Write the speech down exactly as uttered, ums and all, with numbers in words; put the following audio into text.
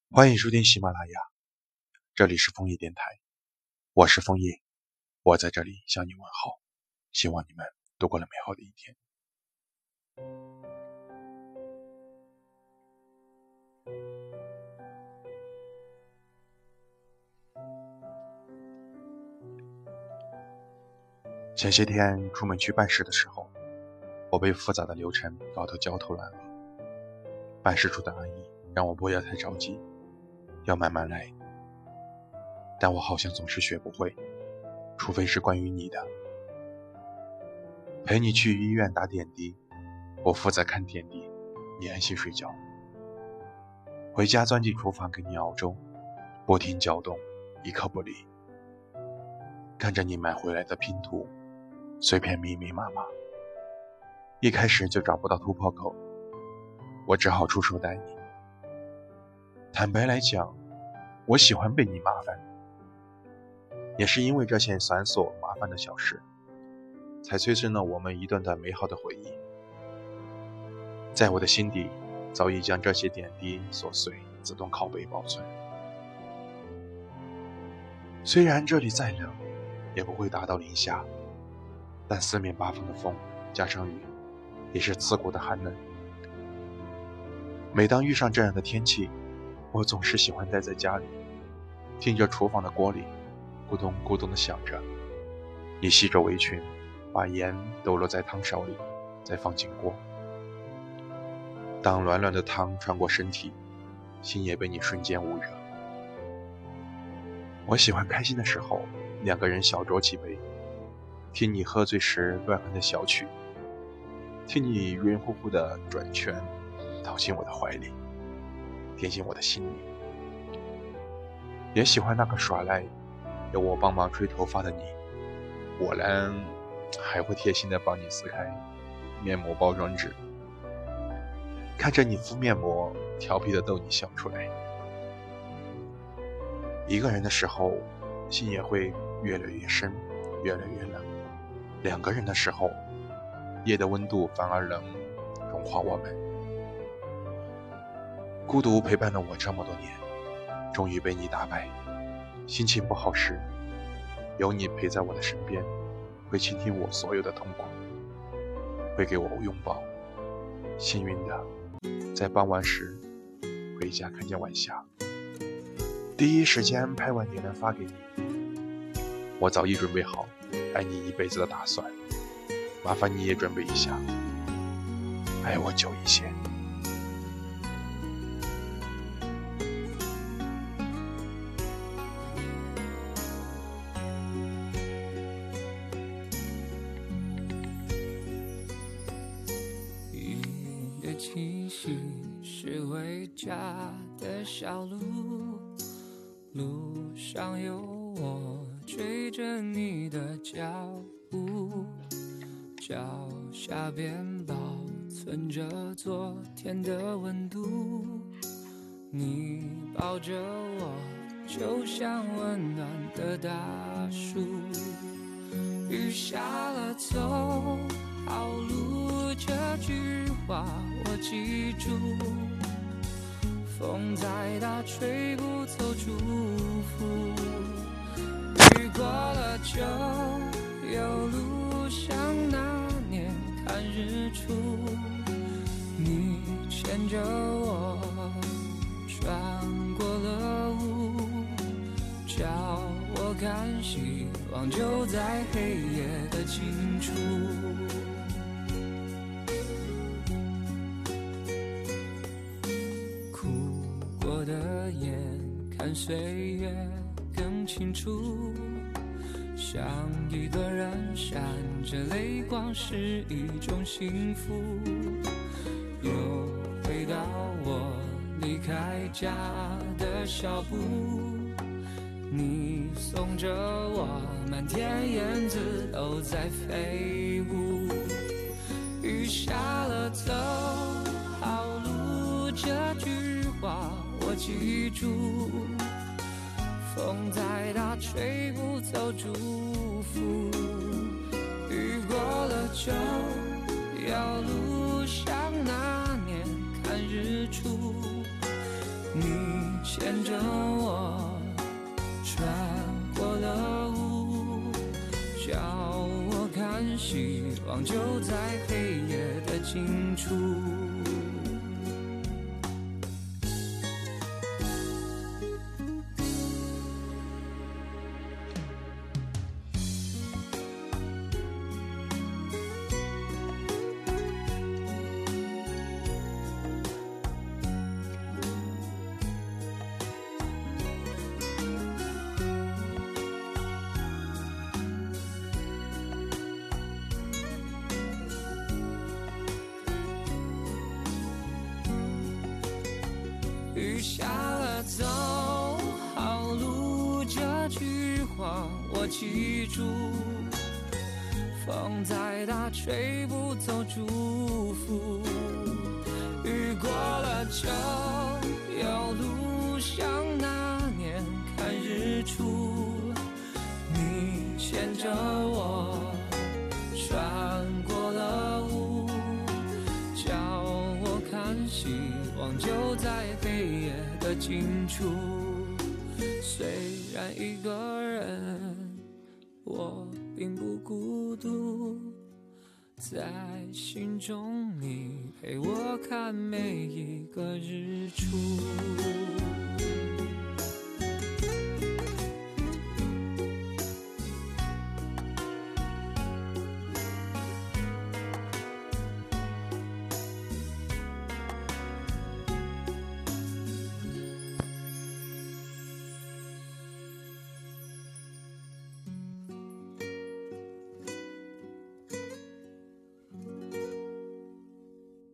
欢迎收听喜马拉雅，这里是枫叶电台，我是枫叶，我在这里向你问好，希望你们度过了美好的一天。前些天出门去办事的时候，我被复杂的流程搞得焦头烂额。办事处的阿姨让我不要太着急，要慢慢来，但我好像总是学不会，除非是关于你的。陪你去医院打点滴，我负责看点滴，你安心睡觉。回家钻进厨房给你熬粥，不停搅动，一刻不离。看着你买回来的拼图，碎片密密麻麻，一开始就找不到突破口，我只好出手带你。坦白来讲，我喜欢被你麻烦，也是因为这些繁琐麻烦的小事，才催生了我们一段段美好的回忆。在我的心底，早已将这些点滴琐碎自动拷贝保存。虽然这里再冷，也不会达到零下，但四面八方的风加上雨，也是刺骨的寒冷。每当遇上这样的天气，我总是喜欢待在家里，听着厨房的锅里咕咚咕咚地响着，你系着围裙，把盐抖落在汤勺里，再放进锅。当暖暖的汤穿过身体，心也被你瞬间捂热。我喜欢开心的时候，两个人小酌几杯，听你喝醉时乱哼的小曲，听你晕乎乎的转圈倒进我的怀里，点进我的心里。也喜欢那个耍赖由我帮忙吹头发的你，我呢还会贴心的帮你撕开面膜包装纸，看着你敷面膜，调皮的逗你笑出来。一个人的时候，心也会越来越深，越来越冷。两个人的时候，夜的温度反而能融化我们。孤独陪伴了我这么多年，终于被你打败。心情不好时，有你陪在我的身边，会倾听我所有的痛苦，会给我拥抱。幸运的，在傍晚时回家看见晚霞，第一时间拍完也能发给你。我早已准备好爱你一辈子的打算，麻烦你也准备一下，爱我久一些。 七夕是回家的小路，路上有我追着你的脚步，脚下边保存着昨天的温度，你抱着我就像温暖的大树。雨下了走好路，这句话我记住，风再大吹不走祝福，雨过了就有路，像那年看日出，你牵着我穿过了雾，叫我看希望就在黑夜的尽处。哭过的眼看岁月更清楚，像一个人闪着泪光是一种幸福，又回到我离开家的小步，你送着我，满天燕子都在飞舞。雨下了走好路，这句话我记住，风再大吹不走祝福，雨过了就有路，像那年看日出，你牵着我穿过了雾，叫我看希望就在黑夜的尽处。雨下了走好路，这句话我记住。风再大吹不走祝福。雨过了就有路，像那年看日出。你牵着我穿过了雾，叫我看希望就在黑夜的尽处。虽然一个人，我并不孤独，在心中你陪我看每一个日出。